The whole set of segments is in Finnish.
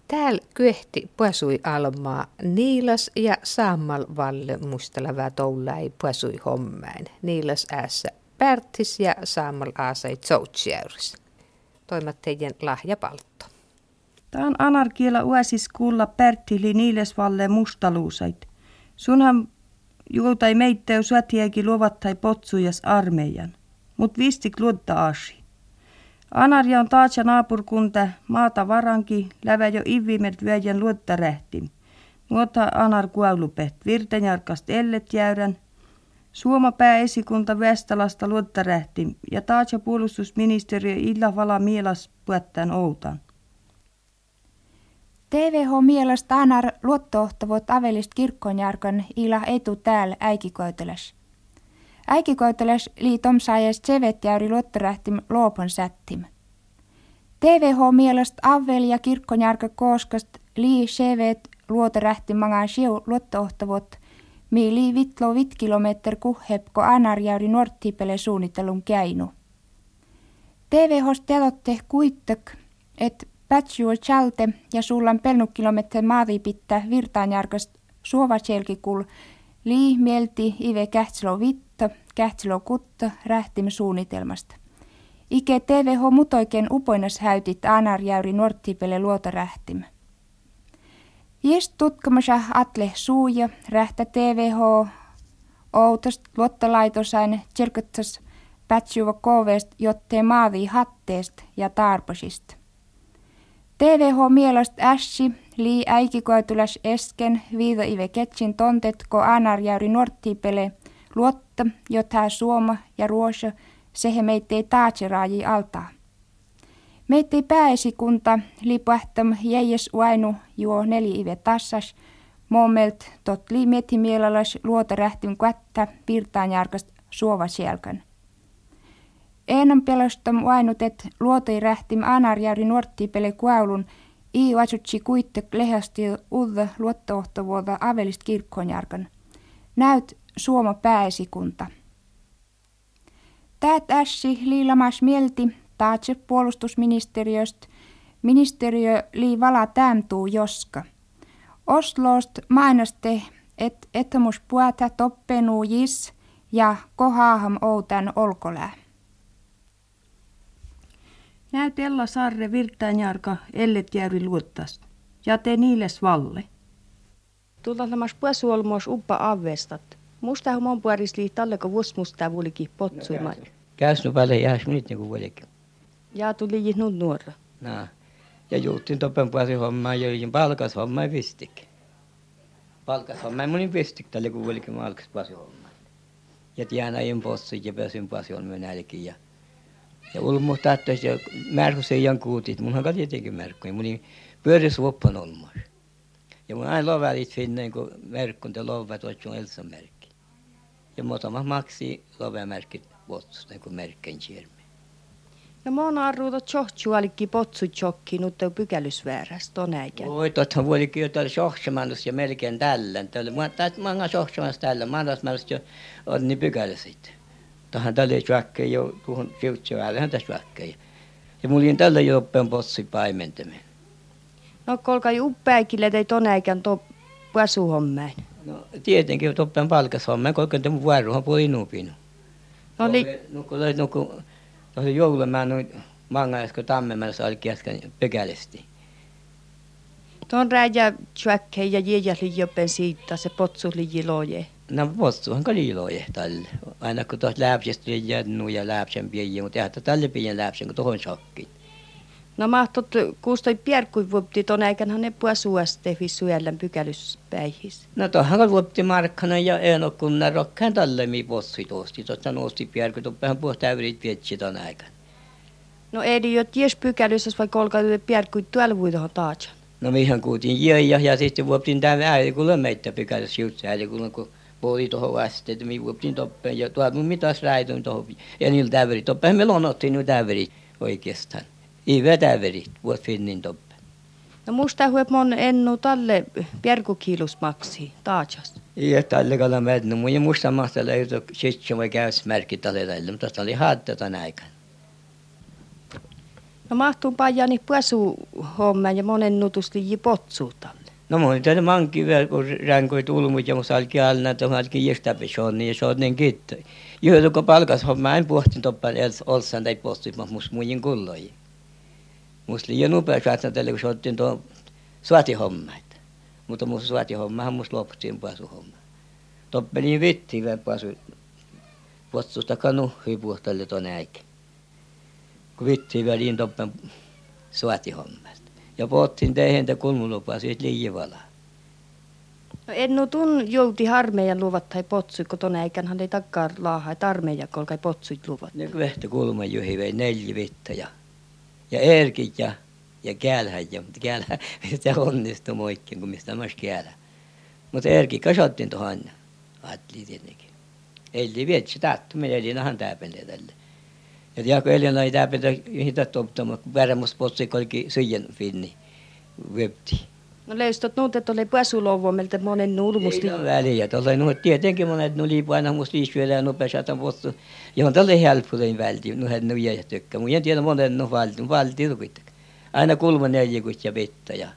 Täällä kyehti puasui almaa Niilas ja Saammal Valle mustalavaa toulai puasui hommain. Niilas äässä Pärtis ja Saammal aasai Tsoutsiäyris. Toimat teidän lahjapaltto. Tämä on anarkiela uäsis kuulla Pärtili Niilas Valle mustaluusait. Sunhan juutai meittäy syötiäkin luovattai potsujas armeijan, mut vistik luotta asi. Anarja on taatsa naapurkunta, maata varanki, lävä jo ivimelt vyöjän luotta rähtim. Nuota anar kuaulupet, virtenjarkast ellet jäyrän. Suoma pääesikunta Västälasta luotta rähtim ja taatsa puolustusministeriö illa vala mielas puettään outan. TVH mielestä anar luottohtavot avelist kirkkonjarkan illa etu täällä äikikoiteles. Äikikoiteles liitom saajas tsevetjäyri luottorähtim loopon sättim. TVH mielestä avel ja kirkkonjarka kooskast lii sevet luotorähtim mangaan siu luottohtavot mi lii vitlo vitkilometer kuhhepko anarjäyri nuorttipele suunnittelun käinu. TVH telotte kuittak, et Pätsyö chalte ja sullan pelnukkilometrin maavipittä virtaanjarkast suovaselkikul lii mielti ive kähtsilo vitto, kähtsilo kutto rähtim suunnitelmasta. Ike TVH mutoiken upoinas häytit anarjäyri nuorttipele luotorähtim. Jest tutkamassa atle suuja rähtä TVH outost luottolaitosain tjerkottas Pätsyö koveest jottei maavi hatteest ja tarposista. TVH mielestä ässi lii äikikoitulas esken viida ive ketsin tontetko anarjäyri nuorttipele luotta, jota suoma ja ruosa sehe meittei taatsiraaji altaa. Meittei pääesikunta lipuahtam jäijes uainu juo 4 ive tassas, moomelt tot lii mietimielalas luota rähtim kättä virtaanjarkast suovasielkan. Eenan pelastam uainutet luotoi rähtim anarjäyri nuorttipele kuaulun ii vatsutsi kuittek lehasti uudda luottohtovuoda avelist kirkkonjarkan. Näyt suoma pääesikunta. Täät ässi liilamas mielti taatse puolustusministeriöst ministeriö lii vala tämtuu joska. Oslost mainaste et etamus puätä toppenuu jis ja kohaaham outan olkolää. Näyt Ella Sarre virtaanjarka ellet jäyri luottas. Ja te Niiles Valle. Tullaan lamas puasuolmos uppa avestat. Musta mon puoris lii talleko vuosmusta vuolikin potsuimaan. Käs nu väle jääs minit niinku vuolikin. Ja tuli jihnut nuora. Naa. Ja juuttiin toppen puosi hommaa ja jollekin palkas hommaa vistik. Palkas hommaa munin vistik tälle kun vuolikin malkas puosi hommaa. Ja tiedän ajan possi ja pääsin puosi hommaa nälkiin ja ulmu tähtäis ja märkus ei jan kuutit. Munhan ka tietenkin märkkuja. Munin pyöris vuoppan olmas. Ja mun aina lovalit finneen kun märkkun te lovat otsun Elsan märkki. Ja muutama maksi lovamärkit vuotsusta niin kuin märkkän sierme. No mon arruuta tjohtsualikki potsut tjokki nutteu pykälysvääräs ton äikän. Oi totta vuolikin jo täällä sohsemannus ja melkein tällän. Mä oon sohsemannus tällän. Mä oon jo on niin pykäläsit. Tähän tällä ei jo tuohon siutsiväällähän tässä väkkejä. Ja mulla oli tällä jo oppeen potsi paimentaminen. No kolka uppäikille tei ton äikän to puasuhommain. No tietenkin oppeen palkas hommain, kolka te mun vuorohan puoli inupinu. No Nuku joulumäen noin mangajasko tammemässä oli äsken pökälästi. Ton rääjä tjäkkei ja jiejäli jopen siitä se potsu liji loje. No potsuhan ka liiloje tälle. Aina kun tuossa läpsästä tuli jännu ja läpsän pieniä, mutta eihän tälle pienen läpsän, kun tuohon shokkiin. No mahtot kuustoi pierkkui vuopti ton äikänhän ne puasuaste suojellän pykälyspäihis. No tuohan vuopti markkana ja enokunnan rokkään tälle mi potsi tuosti. Tuosta nosti pierkkui, tuoppahan puhut täyrit vietsi ton aikana. No ei jo ties pykälyssäs vai kolka pierkkui tuolla vuitohan taatsan. No mihän kuutin jäi ja sitten vuoptin tämän äidikulla meitä pykälässä jutsi äidikulla, kun puoli tuohon vasta, että minä vuoptin toppeen ja tuolla mun mitas räitön tuohon. Ja niillä täverit, toppeen me lonottiin nuo täverit oikeastaan. Iivä täverit, vuot finnin toppeen. No musta huep mon ennu talle pierkukiilus maksi, taatsas. Ja tälle kalla mädnu, mun ja musta mahtaa löytää sitten voi käydä märkki tälle tälle, mutta tästä oli haatta tämän aikana. No mahtuu pajani puasuhommaan ja monen nutusti potsuutalle. No mun täytyy mankin vielä, kun ränkoi tulmut ja mun salki alna, että mun alki jästäpä shonni ja shonnen kittoi. Johon kun palkas homma en pohtin toppan olssan tai postit, mutta mus muijin kulloi. Mus liian upea saattaa tälle, kun shottin tuon suotihommat. Mutta mun suotihommahan mus lopputiin puasuhomma. Toppeliin vittiin vielä puasu. Potsusta kanuhui puhtalle tuon äikin. Kun vittiin väliin toppen suotihommasta. Ja pohtin teihin, kulmulupaa siitä liivalaa. No en nu tun jouti harmeijan luvat tai potsui, kun ton äikänhän ei takkaan laahaa, että armeija kolkai potsuit luvat. Ne vehtä kulman juhi vei 4 vitta ja erkit ja käälhän ja, mutta käälhän mistä onnistui moikkin, kun mistä myös käälä. Mutta erkit kasvattiin tuohon, ajattelin tietenkin. Eli vietsi taattu, minä eli nahan täpelle tälle. Ja tiedätkö, Elina ei täpelle yhtä toptamaan, kun väärämmäs potsui kolki syijän finni vepti. No leistot nuut, että oli pääsulouvua meiltä monen nulmusti. Ei ole väliä. Tuolla nuut tietenkin monet nuli aina musta liistyä ja nopeasti potsu. Johon tälle helppoin välti, nuhet nuja tykkää. Mun en tiedä monen valti kuitenkin. Aina kulma 4 ja vettä ja.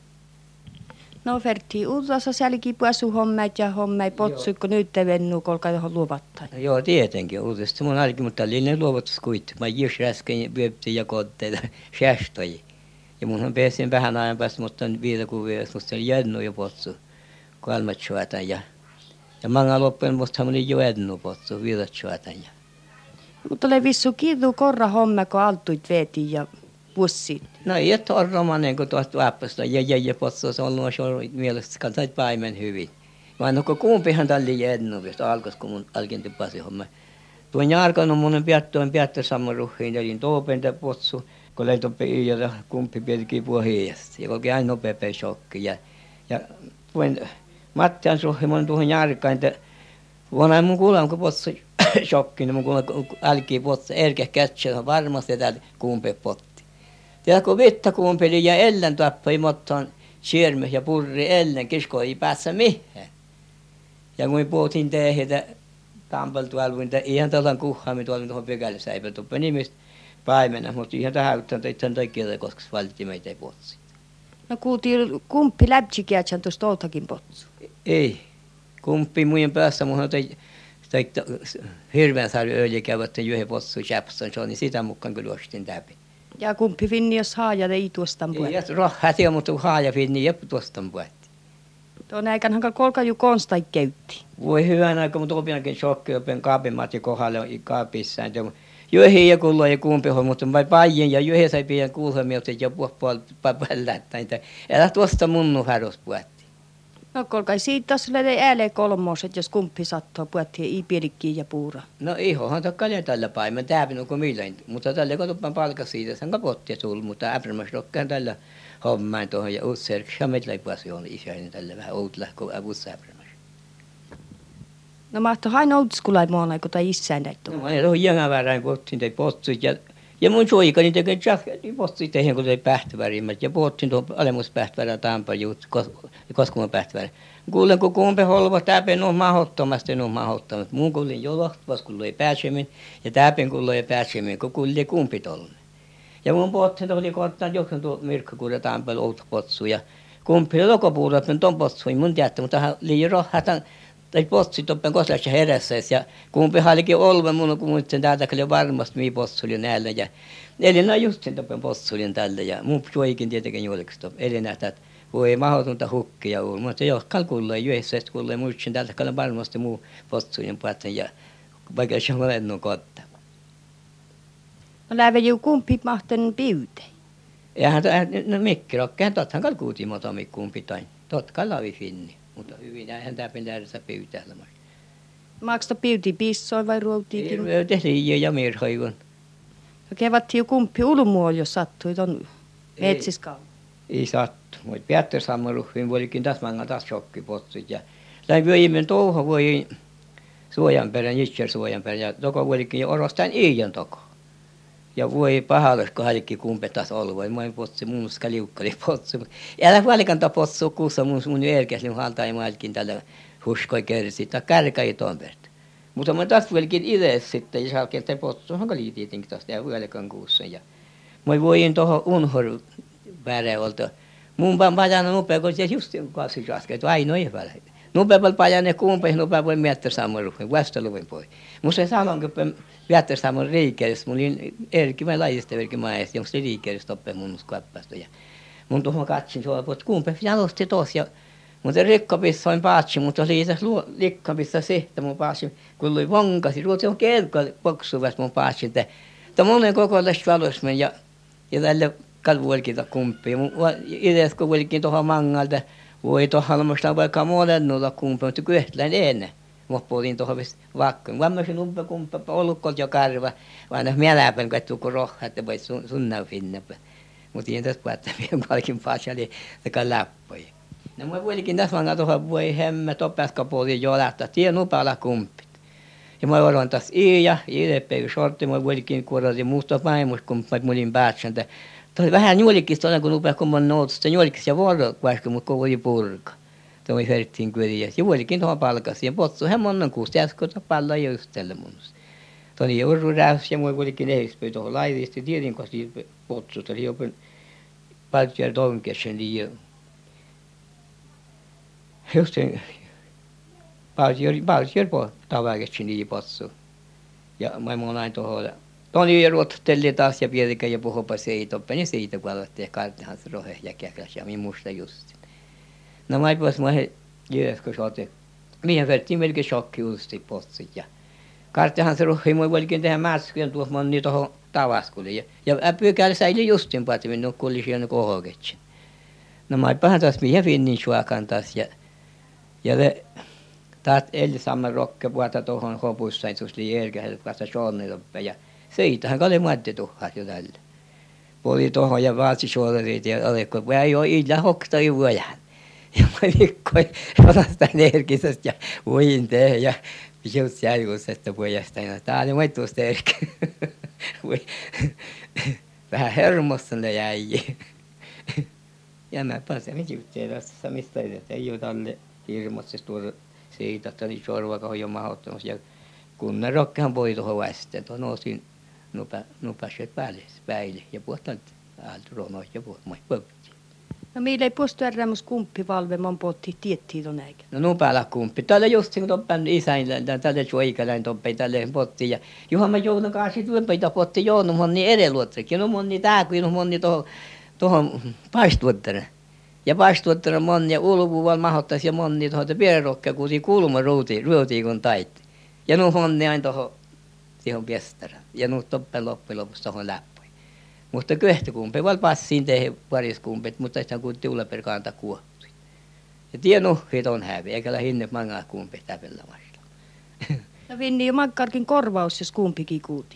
No vertii uudessa sielläkin pääsuhommat ja hommai potsui, kun nyt ei vennu kolkai johon luvattain. No joo, tietenkin uudesta mun alki, mutta oli ne luovutus kuitenkin. Mä just äsken vepti ja kootteita säästöjä. Ja munhan pääsin vähän ajan päästä, mutta on 5 kuukautta, musta oli jännu jo potsu, 3 suotan ja manga loppujen musta oli jo jännu potsu, 5 suotan ja. Mutta oli vissu kiitu korra homma, kun altuit vetiin ja bussit. No ei ole torromanen, kun tuosta vappasta ja potsu, se on ollut mielestä kansait paimen hyvin. Vaan kun kumpihan tälli jännu, josta alkoi, kun mun alkin typpäsi homma. Tuon jarkon on mun piättö saman ruhiin, eli toopenta potsu. Kun leitoppe ja kumpi pietikin puohiasta. Ja kolki aina nopea shokki. Ja voin Mattian suhimon tuohon jarkkaan, että vuonna mun kuulen, kun potsi shokki, niin mun kuulen, kun älkii potsi erkeä kätsä, varmasti täältä kumpi potti. Ja kun vitta kumpeli ja ellen tappoi mottaan sierme ja purri ellen, kisko ei päässä mihin. Ja kun puhutin tehdä tampeltualvuin, että ihan tällainen kuhhaami tuolla tuohon pykäläsäipä tuppe nimistä. Paimena, mutta ihan tähän itse takia, koska valitti meitä ei potsi. No kuultiin, kumpi läpsikiätsän tuosta oltakin potsu? Ei. Kumpi muiden päässä mun on hirveän saari öljy käyvät yhden potsuun säpsän, se on niin sitä mukaan kyllä ostin läpi. Ja kumpi finni, jos haaja ei tuostan puhutti? Ei, rahaa se on, mutta haaja finni ei tuostan puhutti. Tuon aikanahan kolka ju konstai käytti. Voi hyvän aikaa, mutta opinakin shokki, opin kaapimat ja kohdalle kaapissaan. Joihin ja kullo ja kumpi on, mutta vai pajin ja joihin sai pian kuulhamieltä ja puhupuolella. Älä tuosta munnu harros puhutti. No kolkai siitä sulle ei ääle kolmoset, jos kumpi sattoo puhutti ei piedikkiin ja puura. No ihohan takkalee tällä paimen, täpin kuin milloin. Mutta tällä kotoppan palka siitä, sen kapottia sul, mutta äprämäs rokkaan tällä hommaan tuohon ja uutserkki. Ja meitä ei puhuti on isäinen tällä vähän outla, kun avussa äprämäs. No mahto hain outskulai muona, kun tai isään näyttö. No mä olin jängan verran, kun otin tei potsuit ja mun suikani tekee tjahkeli potsuit teihin, kun tei pähtövärimmät. Ja pohtin tuon alemuspähtöväärä tampaan juut, koskuman pähtöväärä. Kuulen, kun kumpi holva täpen on mahdottomasti, Mun kuulin jo lohtvas, kun ei pääsemin, ja täpen kun ei pääsemin, kun kuulin kumpi tolle. Ja mun pohtin oli kohtaan jokin tuo mirkkakuuden tampaan outo potsu, ja kumpi lokopuurat, men ton potsuin mun tiedätte, mutta hän liian rohhatan. Tai potsi toppen koslassa herässä ja kumpi halikin olva mun kun muistin täältä kyllä varmasti mi potsulin näillä ja Elina just sen toppen potsulin tällä ja mun suikin tietenkin juoliksi top Elina että voi mahdotonta hukkia ul mutta jo kalkulla yhdessä kuulee muistin täältä kyllä varmasti muu potsulin puolta ja vaikka se on lennon kotta. No läve ju kumpi mahten piute. Eihän no mikki rokkeen tothan kalkuutiin mutta kumpi tain totka lavi finni. Mutta hyvin eihän tämä pitää pyytää. Maaksta piuti pissoin vai ruoutiikin? Tehtiin ja mirhoivun. No kevattiin jo kumpi ulmuol, jos sattui ton metsiskauan. Ei sattu. Mutta Petter sammaruhviin voikin taas manga taas shokkipotsut. Ja läin vyöimen touho voi suojan perään, jitser suojan perään. Ja toko voikin jo orostain iian toko. Ja voi pahallis, kun halikin kumpe taas ollut. Voi moi potsi, mun skaliukkali potsi. Älä valikanta potsu, kuussa mun erkäs, niin halta ei maalkin tällä huskoi kersi. Tai kärkäi tompert. Mutta mä taas voikin itse sitten, ja salkin te potsu, hanka liitiitinkin taas, ja vuolikan kuussa. Ja Mä voin tuohon unhor vääräolta. Mun pajana nopea, kun se just kanssa raskeet, ainoa ei väärä. Nopea pajana kumpeen, nopea voi miettiä saman ruhun, vastaluvun pois. Musta sanon, kun miettiä saman riikeydessä, mulla oli erki, mä laajista erki maajasta, ja musta riikeydessä toppeen mun skuappasta. Ja mun tuohon katsin suola, että kumpeen jalosti tuossa. Mutta rikkapissa on paatsi, mutta oli itse rikkapissa se, että mun paatsi, kun lui vonkasi, ruotsi on kelkka poksuvassa mun paatsi, että monen kokoisesta valosmen ja tälle kalvuolkita kumppia. Itse kun vuolikin tuohon mangalta, voi tuohon muistaa vaikka molennulla kumppia, mutta kyhtläin ennen. Mä puhutin tuohon vakkoon. Vammaisen uppe kumppa, olukkolt jo karva, vaan mieläpän kattuu kun rohha, että voi sun finne. Mutta ei tässä päätä, vielä palkin paatsi oli sekä läppoja. No mä vuolikin tässä vangaa tuohon voi hemme topeaska puolin jo lähtää, tien upalla kumppit. Ja mä odoin taas ja päivä sortti, mä vuolikin kuorasin muusta vaimus, kun mä olin päätsän. Tämä oli vähän juolikista, kun upea kun mä noutusta juolikista ja vuoro, vaikka mut koko oli purka. Tämä oli herttiin kyriä. Ja vuolikin tuohon palkasi ja potsu hemmonnen kuusta, jäskota palla just tälle munus. Tämä oli urruräys ja mä vuolikin ehispöi tuohon laivista, tiedin kun siitä potsusta oli jopa paljon tonkessen liian. Just se paljon po tavagetsin niin potsu. Ja mä monain tuohon. Toni ruotteli taas ja piedikä ja puhupa seitoppe, niin siitä kun aloitti karttahan se rohe ja käkäs ja minun musta just. No mä puhuin, mä jyöskö sote. Mihin vertiin melkein shokki uusti potsit ja karttahan se rohe, mä voikin tehdä mätskyön tuossa moni tuohon tavaskulle. Ja pyykällä säili justin paati, minun kuuli siellä kohogetsin. No mä puhuin taas mihin finnin suokan taas ja se taas eli saman rokke puhuta tuohon hopussa, että oli erkähdellä kanssa shonniloppe ja siitähän oli muottituhat jo tälle. Poli tuohon ja vaatsi suolarit ja alekko, kun ei ole illa hokta ei vuojan. Ja mä vikkoin jonastain erkisestä ja voin tehdä ja just jäljusesta vuojasta. Tää oli muittuusta erkki. Vähän hermossana jäi. Ja mä pääsin juttuja tässä, mistä ei ole tälle hirmoisesti tuoda siitä, että oli sorvakaho jo mahdottomasti. Ja kun ne rokkehan voi tuohon västeen, tuohon osin nupasivat päälle ja puhutaan täältä ronoista ja puhutaan pöppiä. No meillä ei puostu ärrämus kumppi valvemman potti tiettiin ton eikä. No nupala kumppi. Täällä just kun toppan isäillä, täällä suoikalain toppei tälle potti. Ja juhan mä joudun kanssa tuopeita potti joudun monni edeluotsekin. No monni tää kuin no monni tuohon paistuottana. Ja paistuottana monni ja ulkuval mahottaisi ja monni tuohon pierrokkea kuusi kulma ruutiin kun taitti. Ja nu monni aina tuohon siihen piestaraan. Ja nu toppen loppujen lopuksi tuohon läppuihin. Mutta köhtökumpi, vaan passiin tehdä pariskumpit, mutta sitä kun tulla per kanta kuohtui. Ja tienuhit on hävi, eikä hinne mangaa kumpi täpellä vasta. No vinni jo makkarkin korvaus, jos kumpikin kuuti.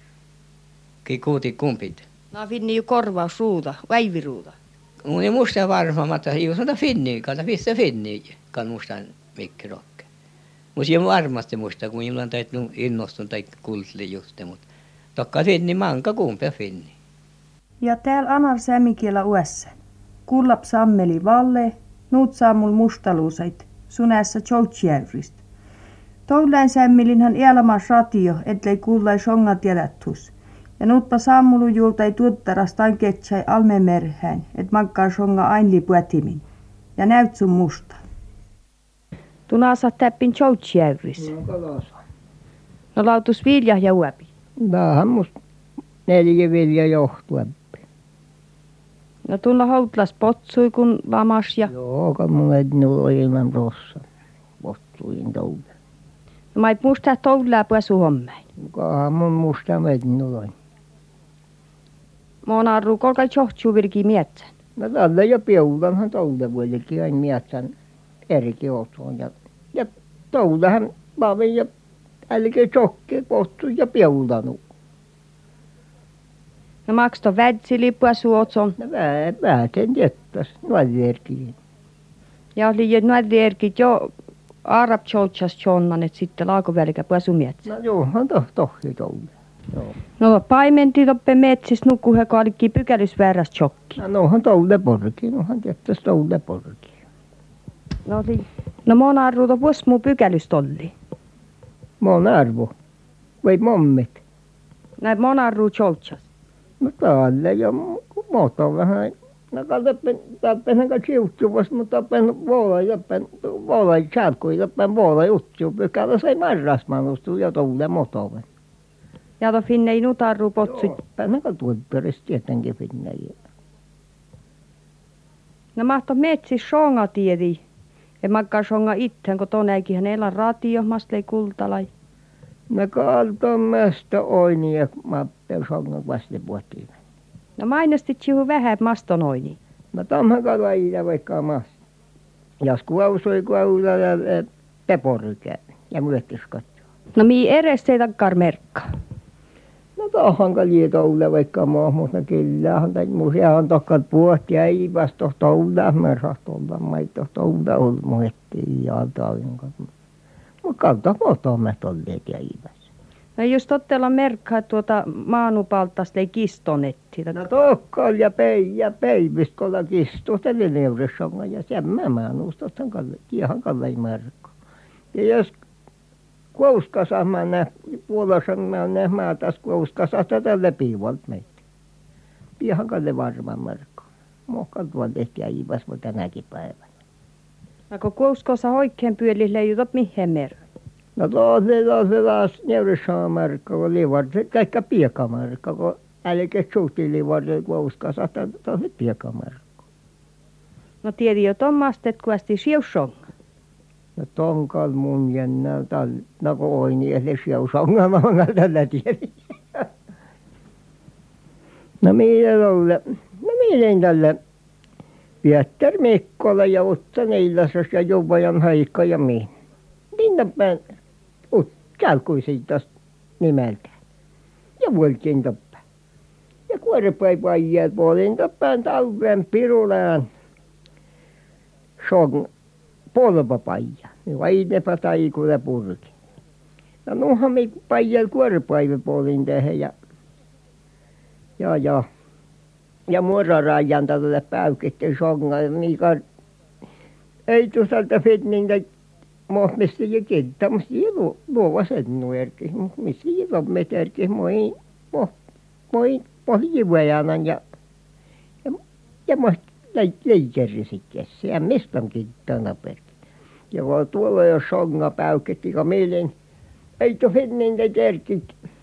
Kuuti kumpit. No vinni jo korvaus ruuta, väiviruuta. Mun ei musta varmaan, että ei osata finniä, missä finniä, kan mustan mikki rokke. Mutta ei varmasti muista, kun minulla on täytynyt innostun tai kultli just, mutta tokka finni manka kumpia finni. Ja täällä anar sämikielä uessa. Kullap sammeli valle, nuut saamul mustaluusait, sunässä Tjoutsjärvistä. Toulain sämmilinhan elämäs ratio, ettei kuullai songa tiedättus. Ja nuutpa sammulu juultai tuottarastaan ketsai almemerhään, et mankkaa songa ainli puetimin. Ja näyt sun musta. Tunasa täppin Tjoutsjärvissä. No lautus vilja ja uäpi. Vähän musta 4 vilja johtua. No tulla houtlas potsui kun lamas ja... Joo, kun mulla ei ole ilman rossa. Potsuin toulle. No mä ei musta toullaa puesu hommain. Mukahan mun musta mednuloin. Mä oon arru kolkai johtuu virkiin mietsän. No tällä ja peulanhan toulle vuolikin aina miettän erki otoon. Ja toullehan pavin ja älkää chokkee potsu ja peulanu. No maksto vädsili puesu otson. No vähäten jättäs nuolierkiin. Ja oli jo nuolierkit jo arab tjoutsas tjonnan, et sitten laakovälkä puesu mietsän. No johan tohti toulle. Joo. No paimenti toppe metsis nukkuheko alikki pykälys vääräs tjokki. No nohan toulle porki, nohan jättäs toulle porki. No mon arru to pues muu pykälys tolli. Mon arvo. Vai mommit. Näin mon arru tjoutsas. No täällä ja muuta vähän. No tappen ka chiuttuvas, mutta tappen voolai chalkui tappen voolai utju pykälä sai marrasmanustu ja tulle motoven. Ja to finne ei nutarru potsut. Joo, päinä ka tuolperes tietenkin finne. No mahto metsi songa tiedi. Ja makkaa songa itään, kun tonäkin hänellä on radio, masta ei kultalai. No kaltoon mästä oini ja mappel songa vastepuotiin. No mainostit sihu vähän mastonoini. No tamhan ka lailla vaikka mas. Jas kuausoi kuaula ja peporykää ja myöttiskot. No mii eres ei takkar merkka. No tohan ka lietoulle vaikka maa, mutta kyllähän tai museahan tokkat puhti ja ei vasta toulla mersahtolta maito toulla ollut muettiin ja tavinkaan. Mutta kautta kotomme tolleet ja iväs. No jos tottella merkkaa tuota maanupaltasta ei kistonetti. No tokkal ja peivistä kolla kistosta eli neuressonga ja sen mä maanuustostan tiehan kallei merkko. Ja jos kouskasa mä näen, puolessa mä näen maatas kouskasa tätä lepivalta meitä. Tiehan kalle varmaan merkko. Mohkan tuon tehti ja iväs voi tänäkin päivänä. No kun kouskossa oikein pyöli leijutot mihin merkka? No se taas neuressonga merkko, kun liivat se kaikka piekamerkko, kun älkää suhti liivat se kouskasa tätä se piekamerkko. No tiedi jo tommastet kuasti siussonga. No tonkal mun jännä no kun oini eli siussonga mä tällä tiedin. No miten tälle Pieter Mikkola ja Utta Niilasas ja Juvajan Heikka ja minä. Niin päin chalkui siitä nimeltään. Ja vuoltiin toppaan. Ja kuorepäiväjät puolin toppaan talven pirulään song polvapaija. Niin vainepä taikulle purki. No nuhan me paijal kuorepäivä puolin tehdä ja muorarajan tälle päykettiin songa ja mikä ei tuosalta fit niitä mistä ja kiittämästä ja luova sen nuerki, missä ja lopmeterki moi pohjivajanan ja leikeri sitten se ja mistä on kiittää naperki. Ja kun tuolla jo songa päyketti, kun mielin ei tuo fit niitä terkit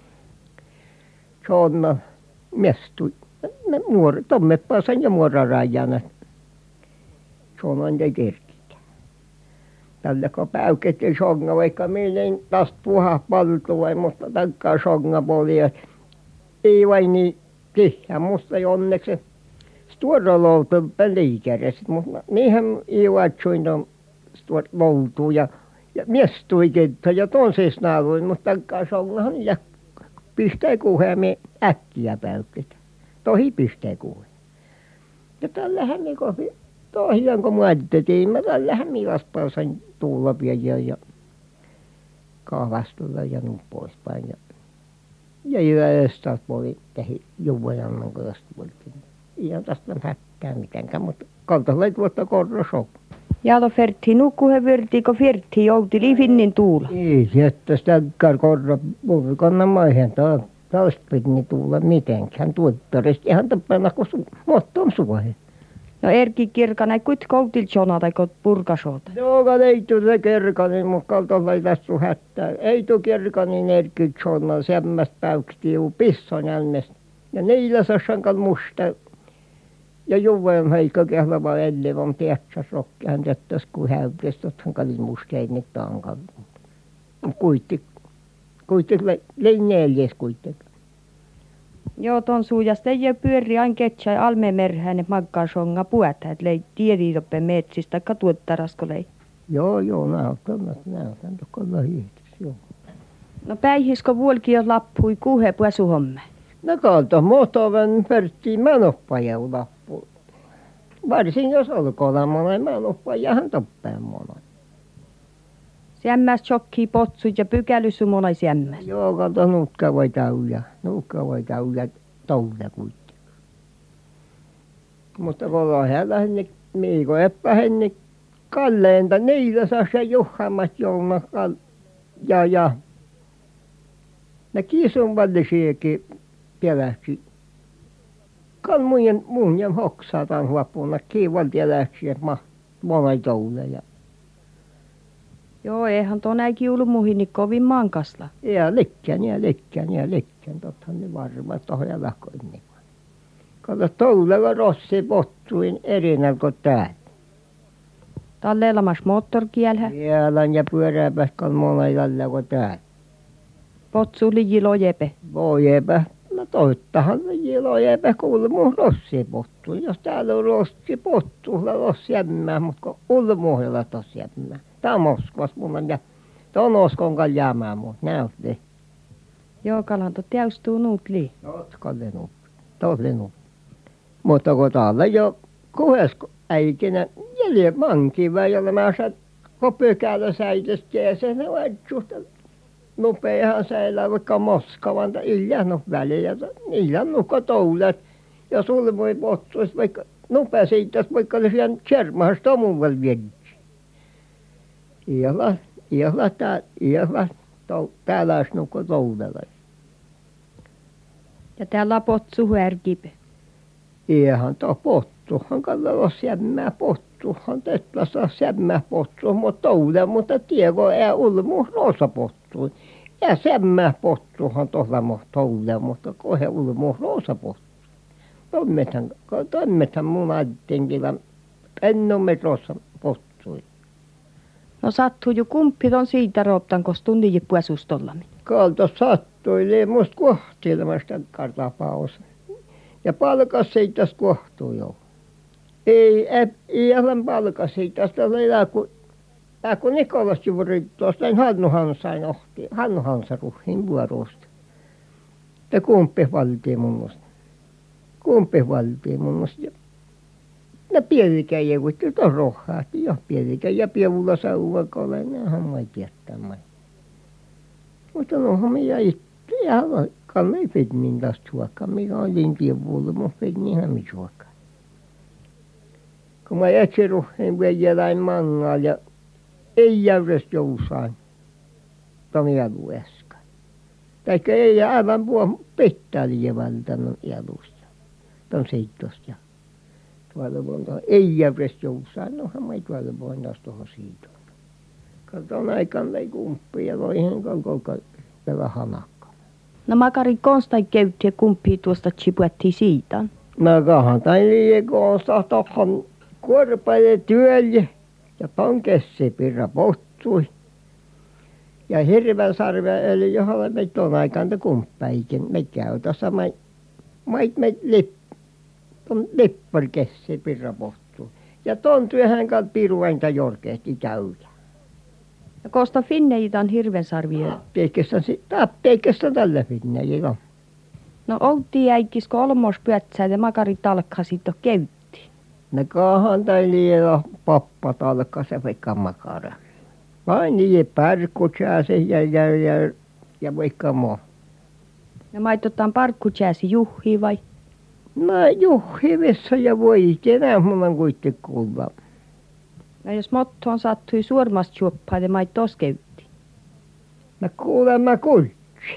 sonna mestui. Tommepaasan ja muorarajana sonon te terkit. Tällä kun päyketti songa, vaikka mielin taas puha paltua, mutta takkaa songa puoli. Ei vain niin tihä, musta ei onneksi stuoroloutun liikeres, mutta niinhän iuatsuin on loutuu ja miestui kettä ja ton siis naaluin, mutta takkaa songahan ja pistää kuhemme äkkiä päykketä. Tohi pistää kuhen. Ja tällähän niin kuin tohiaan kun muotettiin, mä tällähän milaspausan tuulapia ja kahvastulla ja niin poispäin. Ja yöstä puoli tehi Juvojannan kanssa puoltiin. Ihan tästä hättää mitenkään, mutta kaltaisella tuosta korros on. Ja to fertti nukkuhe virtiiko firtti jouti liifinnin tuula. Ei sieltä sitä korro purkannan maihin taas piti tulla mitenkään tuottarista ihan tappana kun muottoon suohe. No Erkki Kirkanen, kuit koutil jona tai kot purkasota? Joo, ei tule Kirkanen, mutta kaltaisella ei tässä hättää. Ei tule Kirkanen Erkki jona, semmästä päyksti juu pisson jälmestä. Ja niillä sassankaan musta. Ja Juven Heikka kehlava ellevan teäksä rokkihan jättäisi kun häytestä, othan kallis musteinit taankaan. Kuitenkin neljäs kuitenkin. Joo, ton suujasta ei pyöri aina ketsä almemerhäinen maggaa songa puätä, et lei tieditoppe metsistä, ka tuottarasko lei. Joo, näytän tuolla hiihtis, joo. No päihisko vuolkia lappui kuhe puesuhomme? No kalta motoven perttiin manoppajan lappu. Varsin jos olkoon monen manoppajahan toppeen monen. Sämmäs chokkii potsut ja pykälysy monai sämmäs. Joo, kalta nutka voi täyjä toulle kuitenkin. Mutta kun lahjalla henne, miiko eppä henne kalleenta, niitä saa se juhammat jouluna ja ne kiisun vallisiakin peläksi kan muiden hoksataan huopuuna kiivaltia läksiä monai toule ja Joo, eihän tuon äikin ollut muihin niin kovin mankasla. likkään, tottahan ne varmaan tohja lahkoin. Kato toulella rossi pottuin erinällä kuin täällä. Talleelamas moottorkielhä. Vielä ja pyörääpäs kan monajalla kuin täällä. Potsu lijilojepe. Vojepä, no toittahan jilojepä kuuluu rossi pottuin. Jos täällä on rossi pottuilla rossi jämmää, mutta kun ulmuuhilla tos jämmää. Tää on Moskvas mun on ja ton oskon kan jäämään mun, näytti. Joo, kalanto täystuu nuut lii. Tolle nuut. Mutta kun täällä jo kuudes äikinä jäljellä mankivää, jolla mä saat kopykäällä säitestä ja sen vaihtuusta nopeahan säilää vaikka Moskovan tai illan väliä. Illan nukko toulet ja sulle voi pottuisi vaikka nopea siitäisi vaikka olisi jäänyt Tsermahasta tomuudella viedä. Täällä olisi nukko toudella. Ja täällä potsu härkipe. Ihan tuo pottuhan kallos jämmää pottuhan tetla saa jämmää pottuun mutta toudella mutta tieko ei ulmu rosa pottuun. Ja sämmää pottuhan tuolla toudella mutta kohe ulmu rosa pottuun. Tommethan mun ajattelin ennommin rosa pottuun. No sattuu jo kumpi on siitä rooptan kostun niin puesustollamin. Kalta sattui, oli musta kohtilemasta kartapaus. Ja palkas siitä kohtui jo. Ei ihan palkas siitä, sitä oli kun Nikolas juuri tuosta Hannu Hansain ohti, Hannu Hansaruhin vuorosta. Ja kumpi valtii munnosta. No pielikäjä, kun on rohhaasti, ja pielikäjä ja pievulla sauva kolennahan mai tietää. Mutta nohan minä itse, ja kannei fitnin tästä suokkaan, mikä olin pievulla, mutta fitnihän minä suokkaan. Kun mä etsin ruheen veijäläin mangaa ja ei jäyrestä jousain, ton jalueskaan. Taikka ei aivan pitää liian valtanut jalusta, ton seittosta ja tuolla vuonna ei jäyrestä jousain, nohan mä tuolla vuonna tuohon siitä. Katon aikaan ei kumppia ja loihin koko tällä hanakka. No Makari Konstai käytti ja kumppii tuosta chipuettiin siitä. No kahantain liian Konsta tohon korpaille työlle ja ton kessipirra pohtui. Ja Hirvensarve eli johon me tuon aikaan te kumppäikin. Me käy tuossa ton lippari kessipirra pohtui. Ja ton työhän kan piruainta jorkeasti käydä. Ja kosta finneitan Hirvensarvia. Apteekissa tällä finnejillä. No oltiin äikis, kun olmos pyötsää ja Makari talkkasi to käytti. No kahan tai liian pappa talkkasi vaikka makara. Vain niin pärkkutsääsi ja vaikka muu. Ja maitotaan parkkutsääsi Juhhi vai? No Juhhi vissa ja voi, enää mulla on kuitenkin kuulla. No jos mottoon sattui suormasta juoppaa ja maittos käytti. No kuulemma kultsi.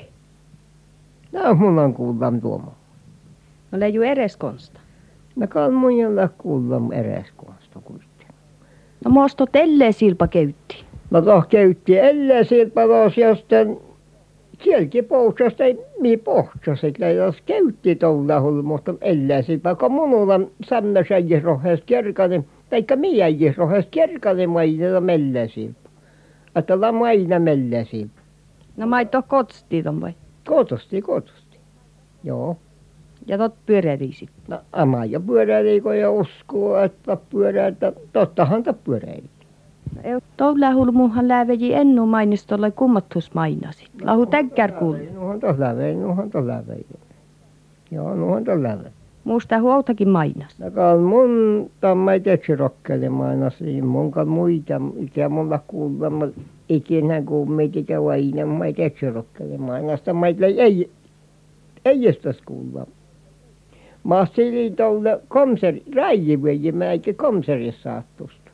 No mulla on kuulla tuomo. No leiju eres konsta. No kan muilla kuulla eres konsta kuitenkin. No mosto tellee silpa käytti. No toh käytti ellei silpa tos jostain kielkipoutsasta ei mii pohtsasit, jos käytti tuolla hulmusta ellei silpa, kun minulla sanna säijäs roheesta kerkanen. Taikka miäjäs roheesta kerkanen mainita mellä silpa. Että ollaan maina mellä silpa. No maitto kotsti on vai? Kotosti. Joo. Ja tot pyöräili sit. No ama jo pyöräili, kun jo uskoo, että pyöräiltä. Tottahan ta pyöräili. No, tuolla hulmuhan lääveji ennu mainistolla kummattus mainasit. Lahu täkkär kuulu. Nuhan tos lävei. Joo, nuhan tos lävei. Muusta huoltakin mainas. No kan mun tammai teksirokkeli mainasi. Mun kan muita, ikä mulla kuulla, ikinä kummit ikä vaina, mä teksirokkeli mainasta. Mä ei jestas kuulla. Mä silin tuolla komseri, räijiveji, mä eikä komserissa saattusta.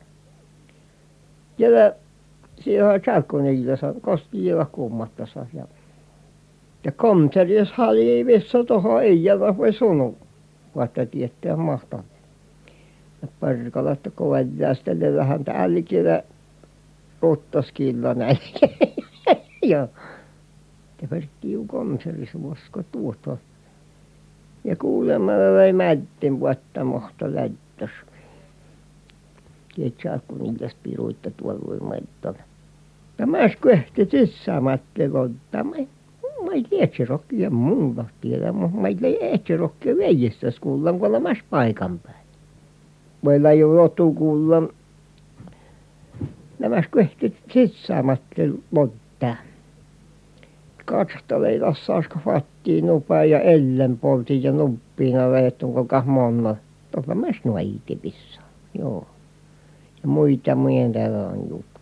Ja siellä Tjalkkunilla kosti jäädä kummattasa. Ja komseris hali vissa tohon ei jäädä voi sunu. vaikka tietää mahtaa. Ja Parkalasta kovedään sitten vähän täälläkin rottaskilla näin. Ja verkkiu konserisuosko tuota. Ja kuulemma vei mätten vuotta mahto lättös. Tiedätkö, kun niitä piruitta tuolla voi maittaa. Ja mä ehti sisään mattelottaa. Mä ei tiedä rokkia muuta tiedä, mutta mä ei ehti rokkia veijestäs kuullaan, kun ollaan paikan päällä. Meillä ei ole rotu kuulla. Nämä ehti sisään mattelottaa. Katsasta leidas saasko fattiin nupaa ja ellen poltin ja nuppiina veetun kolkas monna. Tuolla mä nuo itse pissaan. Joo. Ja muita täällä on juttu.